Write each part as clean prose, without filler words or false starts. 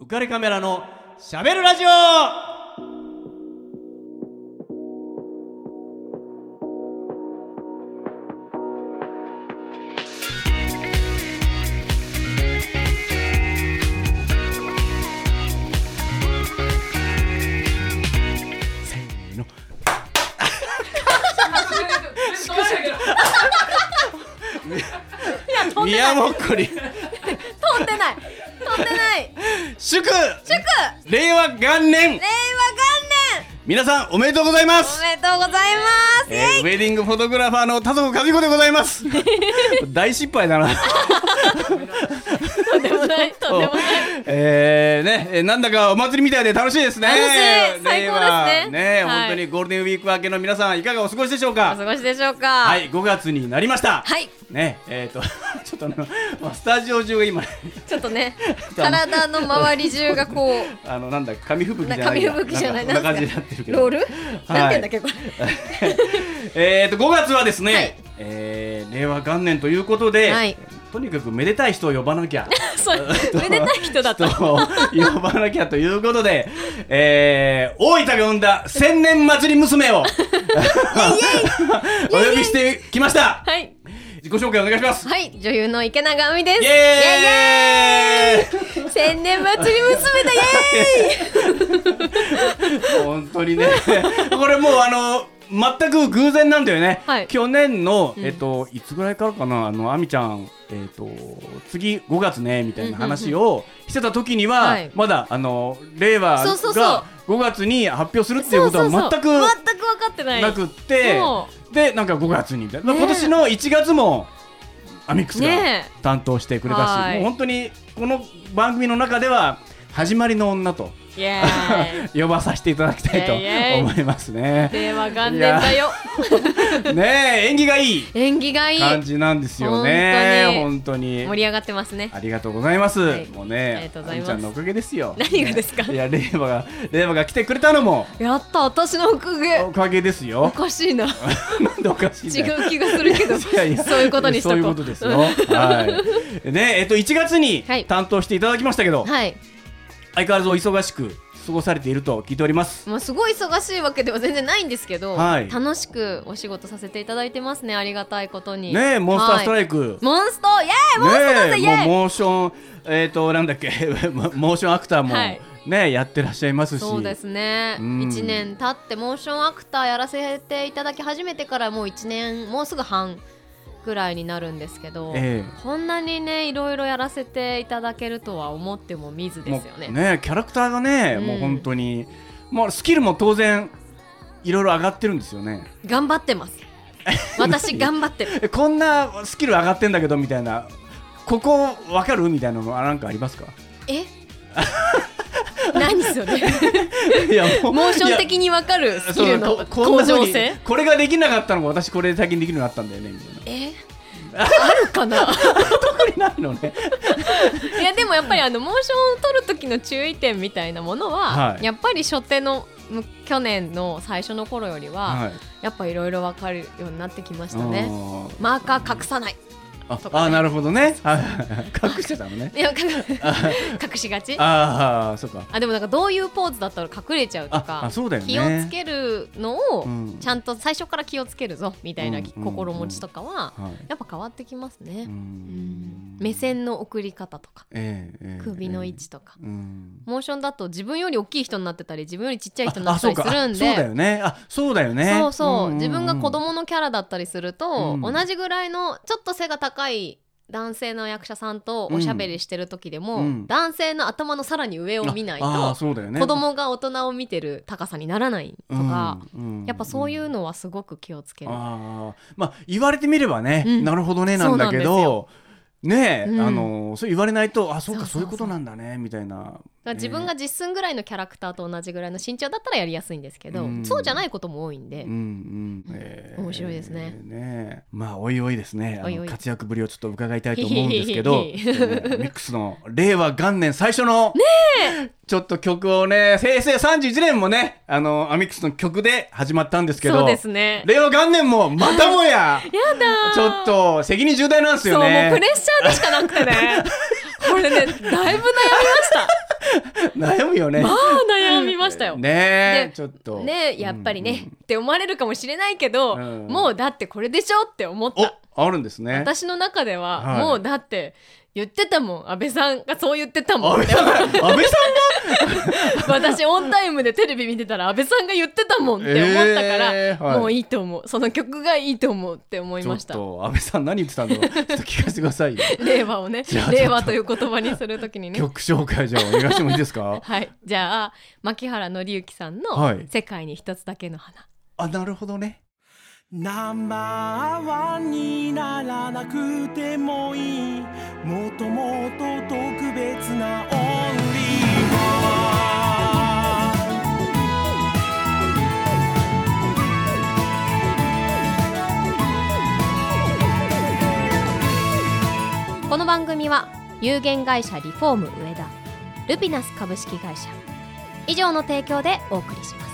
浮かれカメラのしゃべるラジオ。宮もっこり飛んでない祝令和元年皆さんおめでとうございます。 おめでとうございます、 ウェディングフォトグラファーの田底和彦でございます大失敗だなとんでもないなんだかお祭りみたいで楽しいですね。 楽しい、最高ですね。 本当にゴールデンウィーク明けの皆さんいかがお過ごしでしょうか。 お過ごしでしょうか。 はい、5月になりました。 はいね、ちょっとスタジオ中が今ちょっとね体の周り中がこうなんだ紙吹雪じゃない紙吹雪じゃない、 こんな感じになってるけどロール、 はい、 なんて言うんだっけこれ5月はですね、 はい令和元年ということで、 はい、 とにかくめでたい人を呼ばなきゃそうめでたい人だった人を呼ばなきゃということで、大分が生んだ千年祭り娘をお呼びしてきました。 はい、 自己紹介お願いします。 はい、女優の池永亜美です。 イエーイ千年祭り娘だ、イエーイ本当にねこれもう全く偶然なんだよね、 はい、 去年の、いつぐらいからかな、亜美ちゃん、次5月ねみたいな話をしてた時には、 はい、 まだ令和が5月に発表するっていうことは全く分かってないなくって、でなんか5月にみたいな、今年の1月もアミックスが担当してくれたし、もう本当にこの番組の中では始まりの女と呼ばさせていただきたいと思いますね。 令和元年だよねえ、縁起がいい感じなんですよね。本当に盛り上がってますね。 ありがとうございます、 はい、 もうね、あみちゃんのおかげですよ。 何がですか。 いや、令和が来てくれたのもやった、私のおかげですよ。 おかしいななんでおかしいんだよ。 違う気がするけどそういうことにしとこう。 そういうことですよはいね、1月に担当していただきましたけど、 はい、 相変わらずお忙しく過ごされていると聞いております。 もうすごい忙しいわけでは全然ないんですけど、 はい、 楽しくお仕事させていただいてますね。ありがたいことにね。モンスターストライク、 はい、モンストイエーイ、モンストだぜ、イエーイ。 モーションなんだっけモーションアクターも、はいね、やってらっしゃいますし。 そうですね、1年経ってモーションアクターやらせていただき始めてからもう1年もうすぐ半ぐらいになるんですけど、こんなにねいろいろやらせていただけるとは思ってもみずですよね。 ね、キャラクターがね、もう本当にもうスキルも当然いろいろ上がってるんですよね。 頑張ってます私頑張ってるこんなスキル上がってんだけどみたいな、ここ分かるみたいなのなんかありますか。 何それいやモーション的に分かるスキルの向上性。 これができなかったのが私これで最近できるようになったんだよねみたいな。 あるかな特にないのねいやでもやっぱりモーションを取る時の注意点みたいなものは、やっぱり初手の去年の最初の頃よりは、やっぱいろいろ分かるようになってきましたね。マーカー隠さないとかね。 なるほどね隠してたのね。 いや隠しがち。 そうか。 でもなんかどういうポーズだったら隠れちゃうとか、 そうだよね、 気をつけるのをちゃんと最初から気をつけるぞみたいな心持ちとかはやっぱ変わってきますね。目線の送り方とか、首の位置とか、モーションだと自分より大きい人になってたり自分よりちっちゃい人になったりするんで。 そうだよね。そうだよね。 自分が子供のキャラだったりすると、同じぐらいのちょっと背が高い男性の役者さんとおしゃべりしてる時でも、男性の頭のさらに上を見ないと、子供が大人を見てる高さにならないとか、やっぱそういうのはすごく気をつける。 言われてみればね、なるほどねなんだけどね、そう言われないと、そうか、そういうことなんだねみたいな。 自分が実寸ぐらいのキャラクターと同じぐらいの身長だったらやりやすいんですけど、そうじゃないことも多いんで、面白いですね。 おいおいですね、活躍ぶりをちょっと伺いたいと思うんですけどミックスの令和元年最初のちょっと曲をね、平成31年もねアミックスの曲で始まったんですけど、 そうですね、 令和元年もまたもややだちょっと責任重大なんですよね。 そう、もうプレッシャーでしかなくてねこれね、だいぶ悩みました悩むよね。 まあ悩みましたよ。 ね、ちょっとね、やっぱりね、って思われるかもしれないけど、もうだってこれでしょって思った。 あるんですね。 私の中では、もうだって言ってたもん、安倍さんがそう言ってたもん。安倍さんが私オンタイムでテレビ見てたら安倍さんが言ってたもんって思ったから、もういいと思う、その曲がいいと思うって思いました。 ちょっと安倍さん何言ってたんだろう、ちょっと聞かせてくださいよ。 令和をね、令和という言葉にするときにね。 曲紹介じゃあお願いしてもいいですか。 はい、じゃあ牧原紀之さんの世界に一つだけの花。 あ、なるほどね。 ナンバーワンにならなくてもいい、もともと特別なオンリーワン。この番組は有限会社リフォーム上田、ルピナス株式会社以上の提供でお送りします。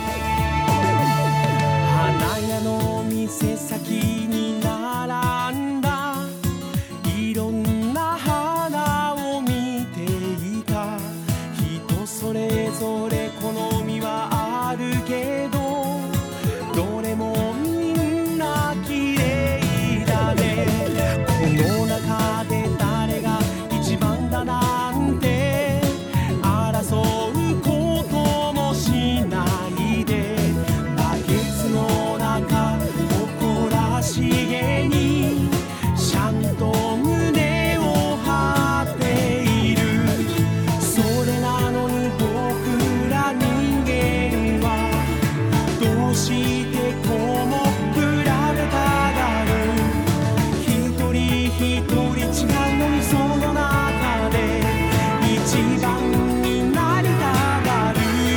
花屋の店先に並んだいろんな花を見ていた。人それぞれ好みはあるけど、どれもみんな綺麗だね。この中で誰が一番だなんて争うこともしないで、バケツの中誇らしげにちゃんと胸を張っている。それなのに僕ら人間はどうしてこうも比べたがる。一人一人違うのにその中で一番になりたがる。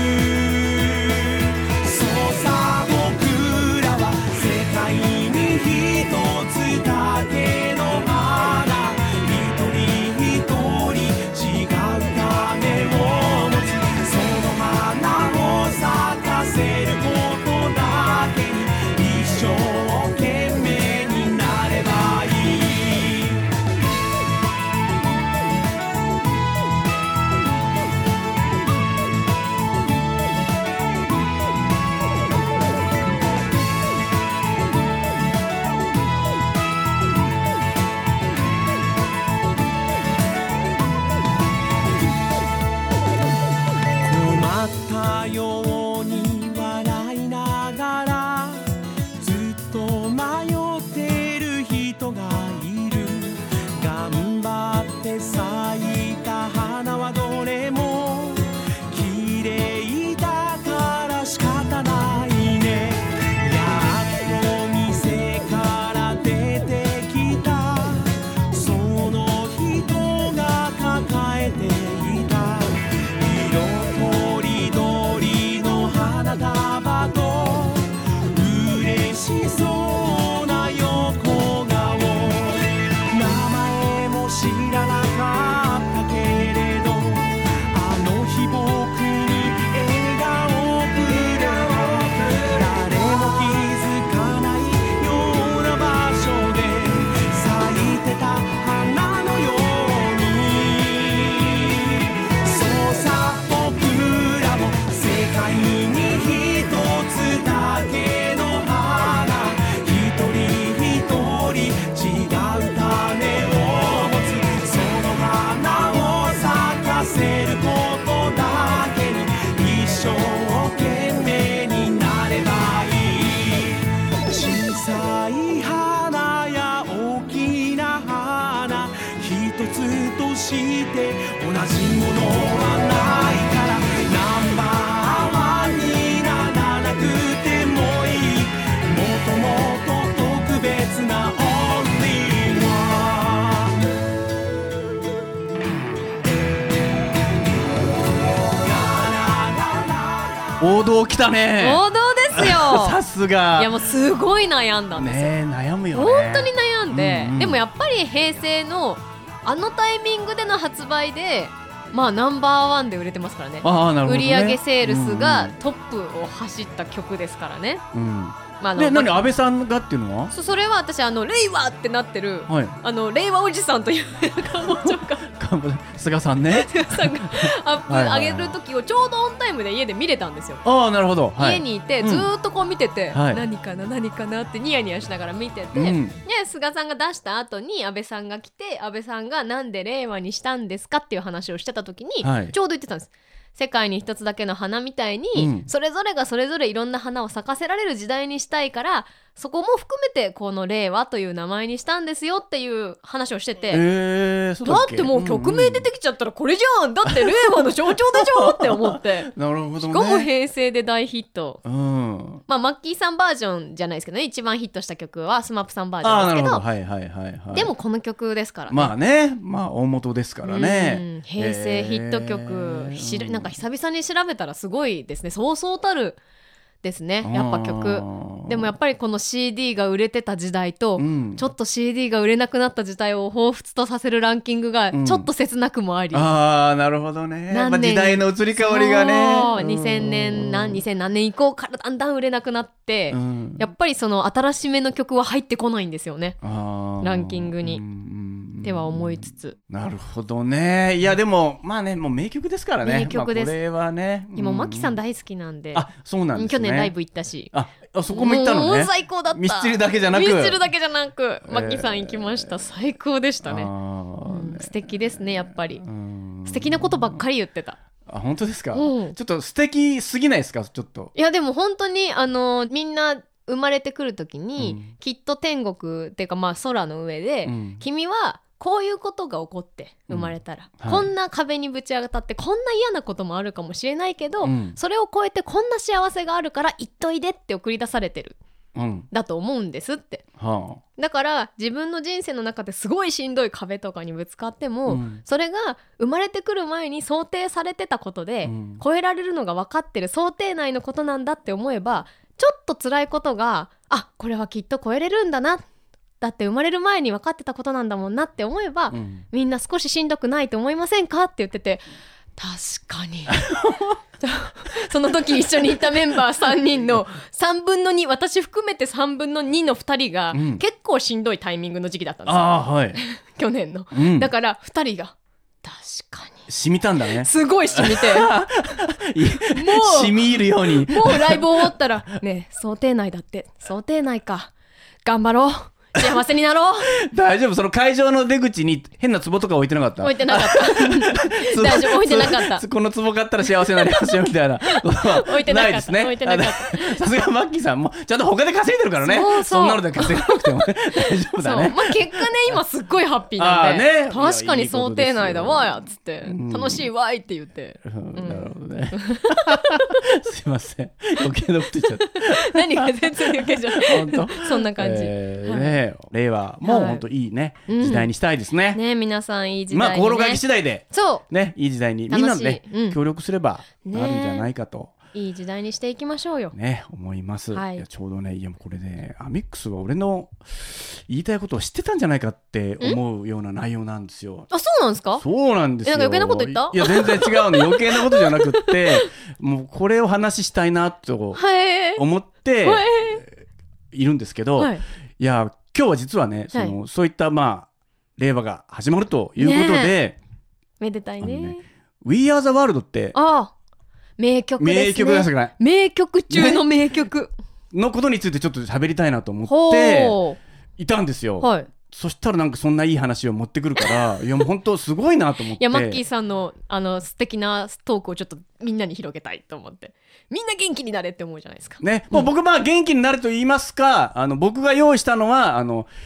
そうさ、僕らは世界に一つだけの花、一人一人違う種を持つ。その花を咲かせることだけに一生懸命になればいい。困ったように笑いながらずっと迷ってる人がいる。頑張って咲いた花はどれも綺麗だから仕方ないね。やっと店から出てきたその人が抱えていた色とりどりの花束と嬉しそうな横顔。名前も知らなかったけれど、あの日僕に笑顔をくれた。誰も気づかないような場所で咲いてた花のように。そうさ、僕らも世界に一つだけの花、一人一人違う種を持つ。その花を咲かせることだけに一生懸命になればいい。小さい花や大きな花一つとして同じものはないから、ナンバーワンにならなくてもいい、もともと特別なオンリーワン。 王道来たね。 王道ですよ。 さすが。 いやもうすごい悩んだんですよ。 ね、悩むよね。 本当に悩んで、でもやっぱり平成のあのタイミングでの発売で、まあナンバーワンで売れてますからね。 なるほどね。 売上セールスがトップを走った曲ですからね。 まあ、何安倍さんがっていうのは？ それは私令和ってなってる、 はい、 令和おじさんというかもうちょっと菅さんね菅さんがアップ上げる時をちょうどオンタイムで家で見れたんですよ。 ああなるほど、 家にいてずーっとこう見てて、何かな何かなってニヤニヤしながら見てて、で菅さんが出した後に安倍さんが来て、安倍さんがなんで令和にしたんですかっていう話をしてた時に、ちょうど言ってたんです。世界に一つだけの花みたいに、それぞれがそれぞれいろんな花を咲かせられる時代にしたいから、そこも含めてこの令和という名前にしたんですよっていう話をしてて、だってもう曲名出てきちゃったらこれじゃん、だって令和の象徴でしょって思ってなるほど、ね、 しかも平成で大ヒット、まあマッキーさんバージョンじゃないですけどね、一番ヒットした曲はスマップさんバージョンですけど、でもこの曲ですからね。 まあね、まあ大元ですからね、 平成ヒット曲、なんか久々に調べたらすごいですね、そうそうたるですね、やっぱ曲でもやっぱりこの CD が売れてた時代と、ちょっと CD が売れなくなった時代を彷彿とさせるランキングがちょっと切なくもあり、 ああなるほどね、まあ、時代の移り変わりがね、 2000何年以降からだんだん売れなくなって、やっぱりその新しめの曲は入ってこないんですよね、ランキングに、っては思いつつ。 なるほどね。いやでもまあね、もう名曲ですからね。 名曲です。 これはね、 今マキさん大好きなんで。 あ、そうなんですね。 去年ライブ行ったし。 あ、そこも行ったのね。 もう最高だった。 ミスチルだけじゃなく。 ミスチルだけじゃなく、マキさん行きました。最高でしたね。素敵ですね、やっぱり。素敵なことばっかり言ってた。 あ、本当ですか。ちょっと素敵すぎないですか、ちょっと。 いやでも本当にみんな生まれてくるときに、きっと天国っていうかまあ空の上で、君はこういうことが起こって生まれたら、こんな壁にぶち当たってこんな嫌なこともあるかもしれないけど、それを超えてこんな幸せがあるから行っといでって送り出されてる、だと思うんですって、だから自分の人生の中ですごいしんどい壁とかにぶつかっても、それが生まれてくる前に想定されてたことで、超えられるのが分かってる想定内のことなんだって思えば、ちょっと辛いことが、あ、これはきっと超えれるんだな、だって生まれる前に分かってたことなんだもんなって思えば、みんな少ししんどくないと思いませんかって言ってて、確かにその時一緒にいたメンバー3人の3分の2、私含めて3分の2の2人が、結構しんどいタイミングの時期だったんですよ、去年の、だから2人が確かに染みたんだね、 すごい染みてもう染み入るように、 もうライブ終わったらね、想定内だって、想定内か、頑張ろう、幸せになろう大丈夫、その会場の出口に変な壺とか置いてなかった？ 置いてなかった大丈夫、置いてなかった。 この壺買ったら幸せになりますよみたいな置いてなかった、 ないですね。 置いてなかったさすがマッキーさんもちゃんと他で稼いでるからね、そんなので稼がなくても大丈夫だね。 まあ、結果ね、今すっごいハッピーなんで、確かに想定内だわやっつって、楽しいわいって言って、 なるほどねすいません、余計なこと言っちゃった何が全然余計じゃない本当そんな感じ、 令和も本当いいね、時代にしたいですね。 ね、皆さんいい時代にね、 まあ心がけ次第でそうね、いい時代にみんなで協力すればあるんじゃないかと、 いい時代にしていきましょうよね、思います。いやちょうどね、いやこれね、アミックスは俺の言いたいことを知ってたんじゃないかって思うような内容なんですよ。 あ、そうなんですか？ そうなんですよ。 なんか余計なこと言った？ いや全然違うの、余計なことじゃなくってもうこれを話したいなと思っているんですけど、いや今日は実はね、そういったまあ令和が始まるということで、 めでたいね。 We Are the World って名曲ですね。 名曲ですね。 名曲中の名曲のことについてちょっと喋りたいなと思っていたんですよ。そしたらなんかそんないい話を持ってくるからいやもう本当すごいなと思って、いやマッキーさんの素敵なトークをちょっとみんなに広げたいと思って、みんな元気になれって思うじゃないですかね。 もう僕まあ元気になると言いますか、僕が用意したのは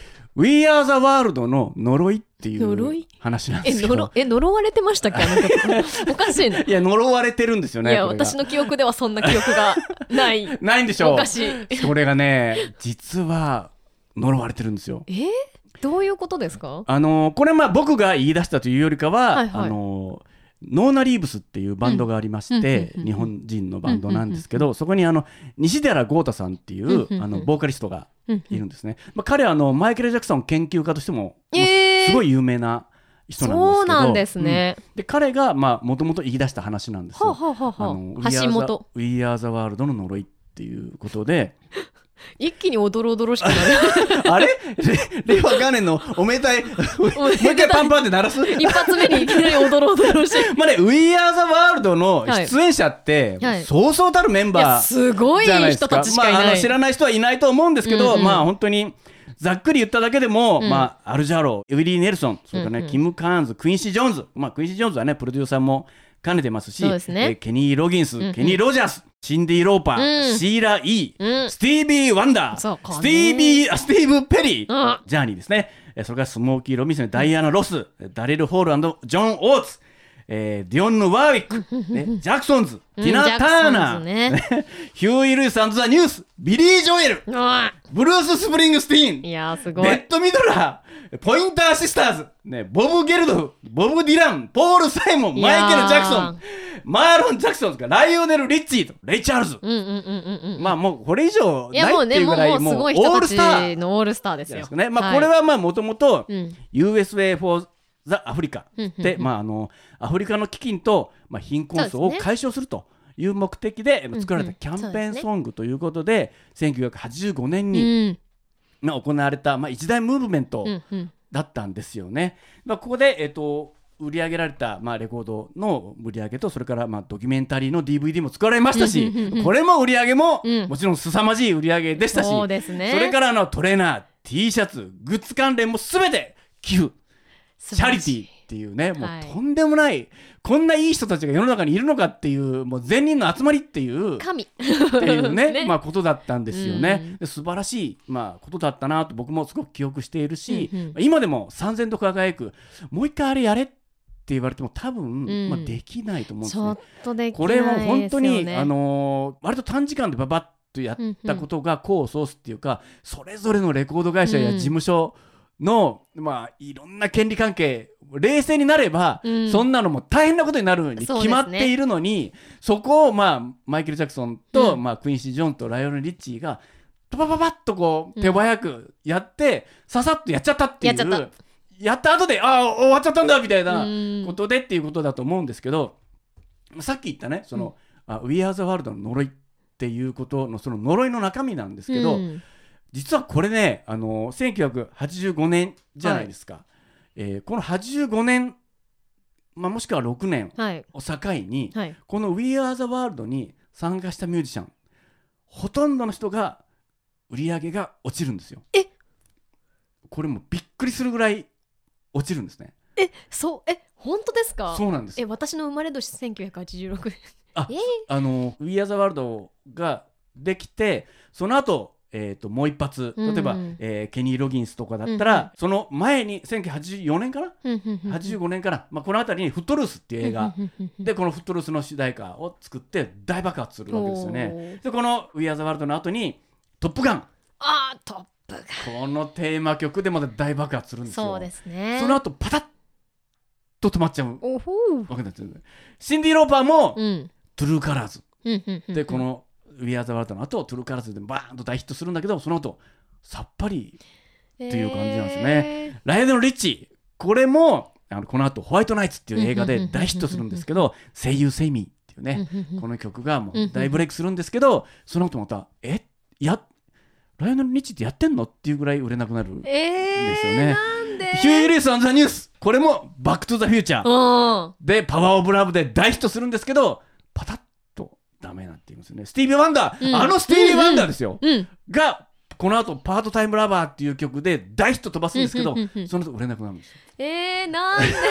We Are the World の呪いっていう話なんですよ。 呪われてましたっけ、あの曲おかしいな。 いや呪われてるんですよね。 いや私の記憶ではそんな記憶がないんでしょう。 おかしい。 それがね、実は呪われてるんですよ。 どういうことですか？ これまあ僕が言い出したというよりかは、ノーナリーブスっていうバンドがありまして、日本人のバンドなんですけど、そこに西寺豪太さんっていうボーカリストがいるんですね。彼はマイケル・ジャクソン研究家としてもすごい有名な人なんですけど、 そうなんですね。 で彼がもともと言い出した話なんですよ。 橋本 We Are the World の呪いっていうことで一気におどろおどろしくなるあれ令和元年のおめでたいもう一回パンパンって鳴らす一発目にいきなりおどろおどろしいまあね、We Are the World の出演者って、はい、そうそうたるメンバーすごい人たちしかいない、 まあ、知らない人はいないと思うんですけど、まあ本当にざっくり言っただけでも、まあ、アルジャロー、ウィリー・ネルソン、それからね、キム・カーンズ、クインシー・ジョーンズ、まあ、クインシー・ジョーンズはねプロデューサーも兼ねてますし、ねケニー・ロギンス、ケニー・ロジャース、シンディ・ローパー、シーラ・イー、スティービー・ワンダー、スティーブ・ペリー、ジャーニーですね。それからスモーキー・ロビンソン、ダイアナ・ロス、ダレル・ホール&ジョン・オーツ、ディオンヌ・ワーウィック、ジャクソンズ、ティナ・ターナー、ヒューイ・ルイス&ザ・ニュース、ビリー・ジョエル、ブルース・スプリングスティーン、 いやすごいレッド・ミドラー、ポインター・シスターズ、ボブ・ゲルドフ、ボブ・ディラン、ポール・サイモン、マイケル・ジャクソン、マーロン・ジャクソンとかライオネル・リッチーとレイ・チャールズ、まあもうこれ以上ないっていうぐらいもうオールスターのオールスターですよ。 まあこれはまあもともと USA for the Africa でまあアフリカの飢饉と貧困層を解消するという目的で作られたキャンペーンソングということで1985年に行われた一大ムーブメントだったんですよね。ここで売り上げられたレコードの売り上げとそれからドキュメンタリーの DVD も作られましたしこれも売り上げももちろん凄まじい売り上げでしたし、 そうですね、 それからトレーナー T シャツグッズ関連も全て寄付チャリティーっていうねもうとんでもない、こんないい人たちが世の中にいるのかっていうもう善人の集まりっていう神っていうねことだったんですよね。で素晴らしいことだったなと僕もすごく記憶しているし、今でも燦然と輝くもう一回あれやれって言われても多分、できないと思うんですね。 ちょっとできないですよね。 これも本当に割と短時間でババッとやったことが功を奏すっていうか、それぞれのレコード会社や事務所の、いろんな権利関係冷静になれば、そんなのも大変なことになるように決まっているのに そこをマイケル・ジャクソンと、クインシー・ジョーンとライオネル・リッチーがパパパパッとこう手早くやって、ささっとやっちゃったっていうやった後で終わっちゃったんだみたいなことでっていうことだと思うんですけど、さっき言ったねその、We Are the World の呪いっていうことのその呪いの中身なんですけど、実はこれね1985年じゃないですか、この85年、もしくは6年を境に、この We Are the World に参加したミュージシャンほとんどの人が売り上げが落ちるんですよ。これもびっくりするぐらい落ちるんですね。 本当ですか？ そうなんです。 私の生まれ年1986年 We Are the World ができてその後もう一発例えば、ケニー・ロギンスとかだったら、その前に1984年かな、85年かな、この辺りにフットルースっていう映画でこのフットルースの主題歌を作って大爆発するわけですよね。でこの We Are the World の後にトップガン、 トップガン、 このテーマ曲でまた大爆発するんですよ。 そうですね。 その後パタッと止まっちゃうわけなんですよね。シンディ・ローパーも、トゥルーカラーズでこのWe Are the World の後トゥルーカラーズでバーンと大ヒットするんだけど、その後さっぱりっていう感じなんですね。ライオネル・リッチー、これもこの後ホワイトナイツっていう映画で大ヒットするんですけど声優セイミーっていうねこの曲がもう大ブレイクするんですけど、その後またライオネル・リッチーってやってんのっていうぐらい売れなくなるんですよね。 なんでヒューイ・リース・アン・ザ・ニュース、これもバック・トゥ・ザ・フューチャーでパワー・オブ・ラブで大ヒットするんですけどパタッとダメなんて言いますよね。スティービー・ワンダー、スティービー・ワンダーですよ、がこの後パートタイムラバーっていう曲で大ヒット飛ばすんですけど、その後売れなくなるんですよ。 なんで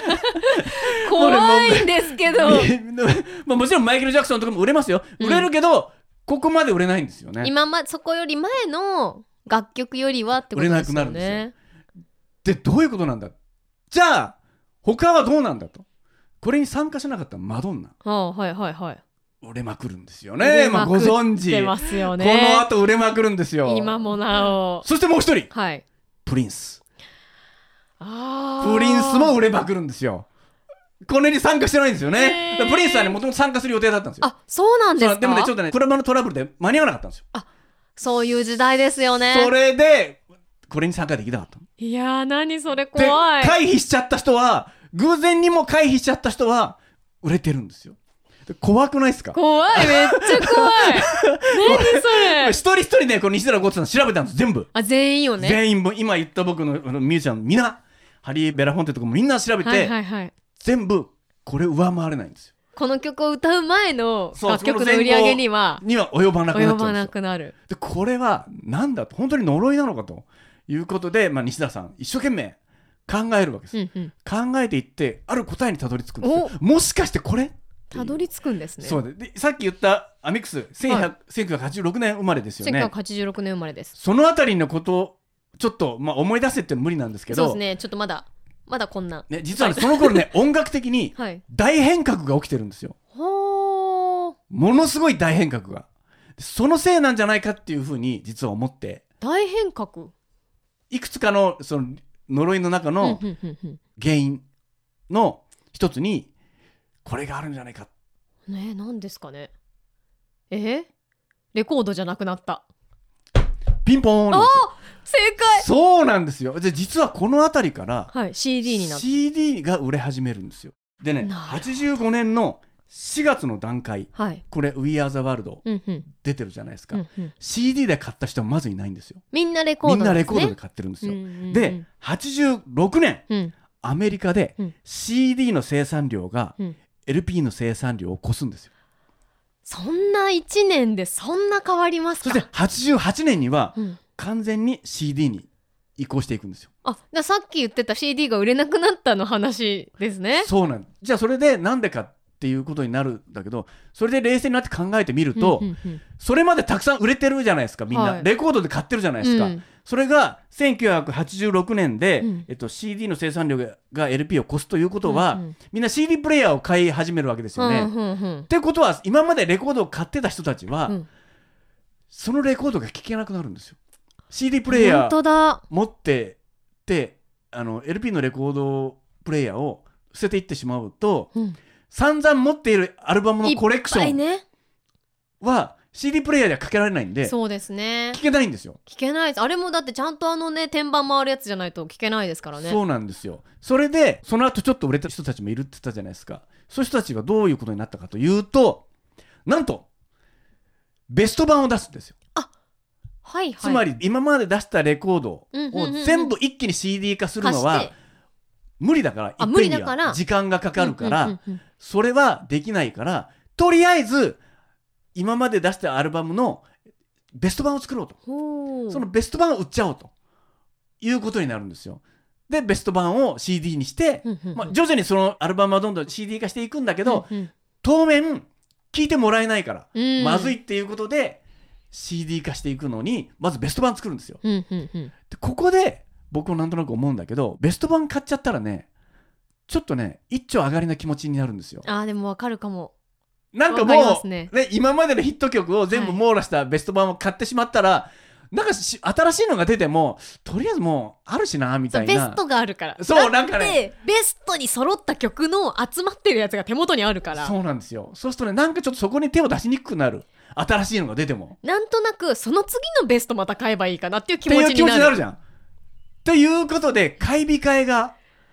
怖いんですけどもちろんマイケル・ジャクソンとかも売れますよ、売れるけどここまで売れないんですよね。 そこより前の楽曲よりはってことですよね。売れなくなるんですよ。 でどういうことなんだ、じゃあ他はどうなんだと。これに参加しなかったマドンナ、売れまくるんですよね。ご存知ますよね。 この後売れまくるんですよ、 今もなお。 そしてもう一人、プリンス。プリンスも売れまくるんですよ。これに参加してないんですよね。プリンスはねもともと参加する予定だったんですよ。 そうなんですか。 でもねちょっとね車のトラブルで間に合わなかったんですよ。 そういう時代ですよね。 それでこれに参加できなかった。 いやー何それ怖い。 回避しちゃった人は偶然にも回避しちゃった人は売れてるんですよ。 怖くないですか？ 怖い、めっちゃ怖い何それ一人一人ね、この西寺豪太さん調べたんです、全部。 全員よね。 全員も今言った僕のミュージシャンみんな、ハリー・ベラフォンテとかもみんな調べて、全部これ上回れないんですよ。 この曲を歌う前の楽曲の売り上げには及ばなくなっちゃうんですよ。及ばなくなる。 でこれはなんだと、本当に呪いなのかということで、西田さん一生懸命考えるわけです、考えていってある答えにたどり着くんですよ。もしかしてこれたどり着くんですね。 そうで、さっき言ったアミックス、1986年生まれですよね。 1986年生まれです。 そのあたりのことをちょっと、思い出せって無理なんですけど、 そうですね、ちょっとまだこんな、 実は、その頃ね音楽的に大変革が起きてるんですよ。ものすごい大変革が、そのせいなんじゃないかっていうふうに実は思って、 大変革、 いくつかのその呪いの中の原因の一つにこれがあるんじゃないかね。何ですかね。レコードじゃなくなった。 ピンポーン。 正解。 そうなんですよ。で実はこの辺りから、 CD になった。 CD が売れ始めるんですよ。でね、85年の4月の段階、これ We Are the World 出てるじゃないですか、CD で買った人はまずいないんですよ。 みんなレコードですね。みんなレコードで買ってるんですよ。で86年、アメリカで CD の生産量が LP の生産量を超すんですよ。 そんな1年でそんな変わりますか？ そして88年には完全に CD に移行していくんですよ。 さっき言ってた CD が売れなくなったの話ですね。 そうなん。じゃあそれでなんでかっていうことになるんだけど、それで冷静になって考えてみると、それまでたくさん売れてるじゃないですか、みんな、レコードで買ってるじゃないですか、それが1986年で、CD の生産量が LP を超すということは、みんな CD プレイヤーを買い始めるわけですよね。ってことは今までレコードを買ってた人たちは、そのレコードが聴けなくなるんですよ。CD プレイヤー持っててLP のレコードプレイヤーを捨てていってしまうと、散々持っているアルバムのコレクションは CD プレイヤーではかけられないんで、 そうですね、 聞けないんですよ。 聞けないです。あれもだってちゃんと天板回るやつじゃないと聞けないですからね。 そうなんですよ。それでその後ちょっと売れた人たちもいるって言ったじゃないですか。そういう人たちがどういうことになったかというと、なんとベスト版を出すんですよ。つまり今まで出したレコードを全部一気に CD 化するのは無理だから、いっぺんには時間がかかるから、それはできないから、とりあえず今まで出したアルバムのベスト版を作ろうと、そのベスト版を売っちゃおうということになるんですよ。でベスト版を CD にして、徐々にそのアルバムはどんどん CD 化していくんだけど、当面聴いてもらえないからまずいっていうことでCD 化していくのに、まずベスト版作るんですよ。でここで僕もなんとなく思うんだけど、ベスト版買っちゃったらね、ちょっとね一丁上がりな気持ちになるんですよ。 でも分かるかも。 なんかもう、今までのヒット曲を全部網羅したベスト版を買ってしまったら、なんか新しいのが出てもとりあえずもうあるしなみたいな。 ベストがあるから。 そうなんかね、 ベストに揃った曲の集まってるやつが手元にあるから。 そうなんですよ。そうするとね、なんかちょっとそこに手を出しにくくなる。新しいのが出てもなんとなくその次のベストまた買えばいいかなっていう気持ちになる。 っていう気持ちになるじゃん。ということで買い控えが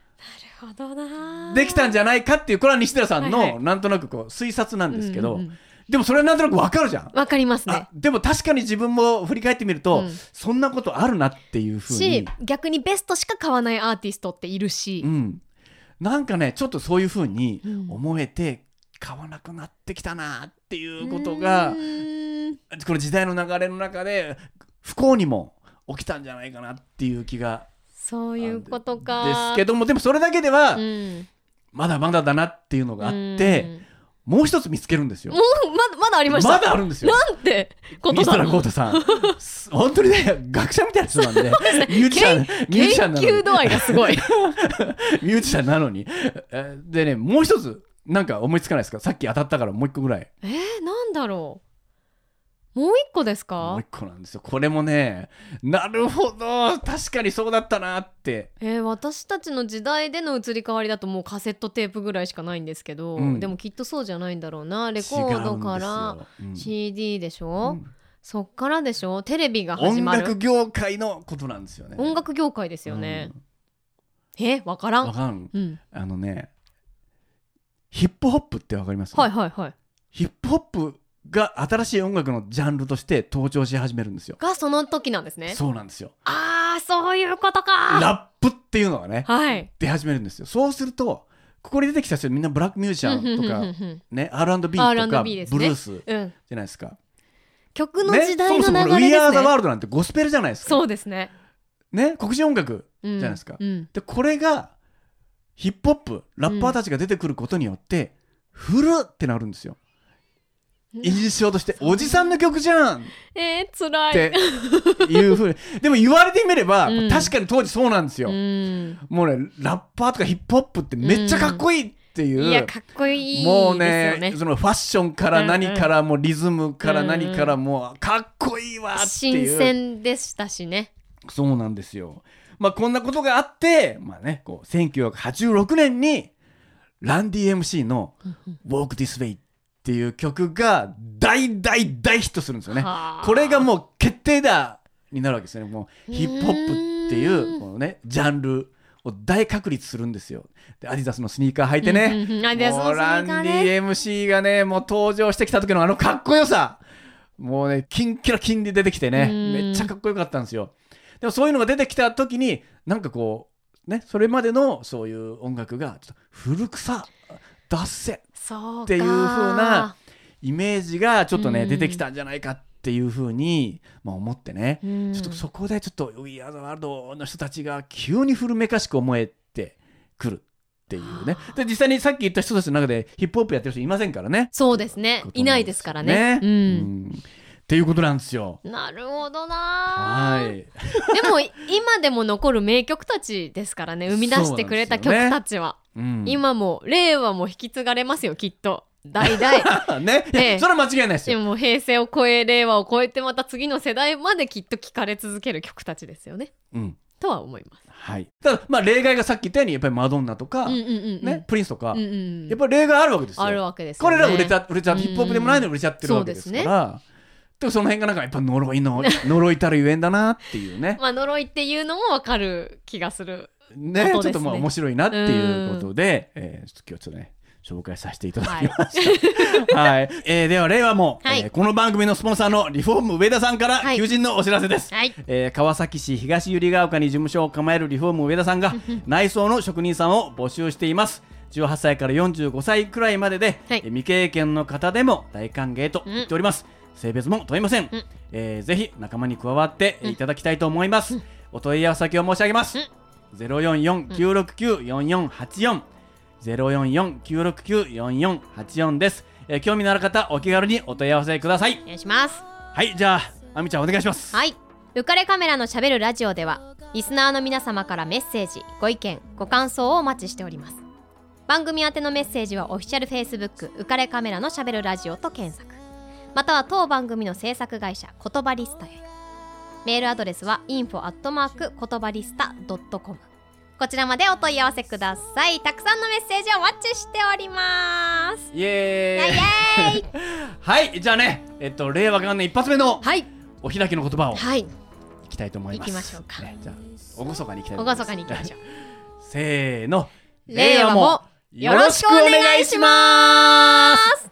できたんじゃないかっていう、これは西寺さんのなんとなくこう推察なんですけど、でもそれはなんとなく分かるじゃん。 分かりますね。 でも確かに自分も振り返ってみると、そんなことあるなっていうふうに、 逆にベストしか買わないアーティストっているし、 なんかねちょっとそういうふうに思えて、買わなくなってきたなっていうことが、この時代の流れの中で不幸にも起きたんじゃないかなっていう気が、 そういうことかですけども、でもそれだけではまだまだだなっていうのがあって、もう一つ見つけるんですよ。 まだありました。 まだあるんですよ。 なんてことだろう。 ミスター豪太さん本当にね学者みたいな人なんで、ミュージシャンなのに、 研究度合いがすごいミュージシャンなのに。でね、もう一つなんか思いつかないですか？さっき当たったからもう一個ぐらい。 なんだろう。もう一個ですか？ もう一個なんですよ。これもね、なるほど確かにそうだったなって。 私たちの時代での移り変わりだともうカセットテープぐらいしかないんですけど、でもきっとそうじゃないんだろうな。レコードから CD でしょ、そっからでしょ、テレビが始まる。 音楽業界のことなんですよね。 音楽業界ですよね。わからん。 ヒップホップってわかります？ はいはいはい。 ヒップホップが新しい音楽のジャンルとして登場し始めるんですよ。 がその時なんですね。 そうなんですよ。 そういうことか。 ラップっていうのがね、 はい、 出始めるんですよ。そうするとここに出てきた人みんなブラックミュージシャンとかね、R&B とかブルースじゃないですか。 曲の時代の流れですね。 そもそも We Are the World なんてゴスペルじゃないですか。 そうですね。 ね、黒人音楽じゃないですか。でこれがヒップホップラッパーたちが出てくることによって、フルってなるんですよ。印象としておじさんの曲じゃん辛いっていう風にでも言われてみれば、確かに当時そうなんですよ。もうねラッパーとかヒップホップってめっちゃかっこいいっていう、 いやかっこいいもうね、そのファッションから何からもうリズムから何からもうかっこいいわっていう、 新鮮でしたしね。 そうなんですよ。まあこんなことがあってまあね、こう1986年にランディ MC の Walk This Wayっていう曲が大ヒットするんですよね。これがもう決定打になるわけですよね。もうヒップホップっていうこのねジャンルを大確立するんですよ。でアディダスのスニーカー履いてね、もうランディ MC がねもう登場してきた時のあのかっこよさ、もうねキンキラキンで出てきてね、めっちゃかっこよかったんですよ。でもそういうのが出てきた時になんかこうね、それまでのそういう音楽がちょっと古臭脱線っていう風なイメージがちょっとね出てきたんじゃないかっていう風に思ってね、ちょっとそこでちょっと We Are the World の人たちが急に古めかしく思えてくるっていうね。で実際にさっき言った人たちの中でヒップホップやってる人いませんからね。 そうですね、いないですからね。 っていうことなんですよ。 なるほどな。でも今でも残る名曲たちですからね、生み出してくれた曲たちは、今も令和も引き継がれますよきっと代々 ね、それは間違いないですよ。 でも平成を超え令和を超えてまた次の世代まできっと聴かれ続ける曲たちですよね、とは思います。 はい、ただまあ例外がさっき言ったようにやっぱりマドンナとか、プリンスとか、やっぱり例外あるわけですよ。 あるわけですよね。 これら売れちゃヒップホップでもないのに売れちゃってるわけですから、でもその辺がなんかやっぱ呪いたるゆえんだなっていうねまあ呪いっていうのも分かる気がするね、ちょっとまあ面白いなっていうことで、今日ちょっとね紹介させていただきました。はい、では令和も、この番組のスポンサーのリフォーム上田さんから求人のお知らせです。川崎市東百合ヶ丘に事務所を構えるリフォーム上田さんが内装の職人さんを募集しています。18歳から45歳くらいまでで、未経験の方でも大歓迎と言っております。性別も問いません。ぜひ仲間に加わっていただきたいと思います。お問い合わせ先を申し上げます。044-969-4484 044-969-4484 です。興味のある方お気軽にお問い合わせください。 お願いします。 はい、じゃああみちゃんお願いします。 はい、浮かれカメラのしゃべるラジオではリスナーの皆様からメッセージ、ご意見、ご感想をお待ちしております。番組宛てのメッセージはオフィシャル Facebook 浮かれカメラのしゃべるラジオと検索、または当番組の制作会社言葉リスタへ。メールアドレスは info@ 言葉リスタ .com、 こちらまでお問い合わせください。たくさんのメッセージをお待ちしております。 イエーイはい、じゃあね、令和元年一発目のお開きの言葉をいきたいと思います。 いきましょうか、 じゃあおごそかにいきたいと思います。おごそかにいきましょうせーの、 令和もよろしくお願いします。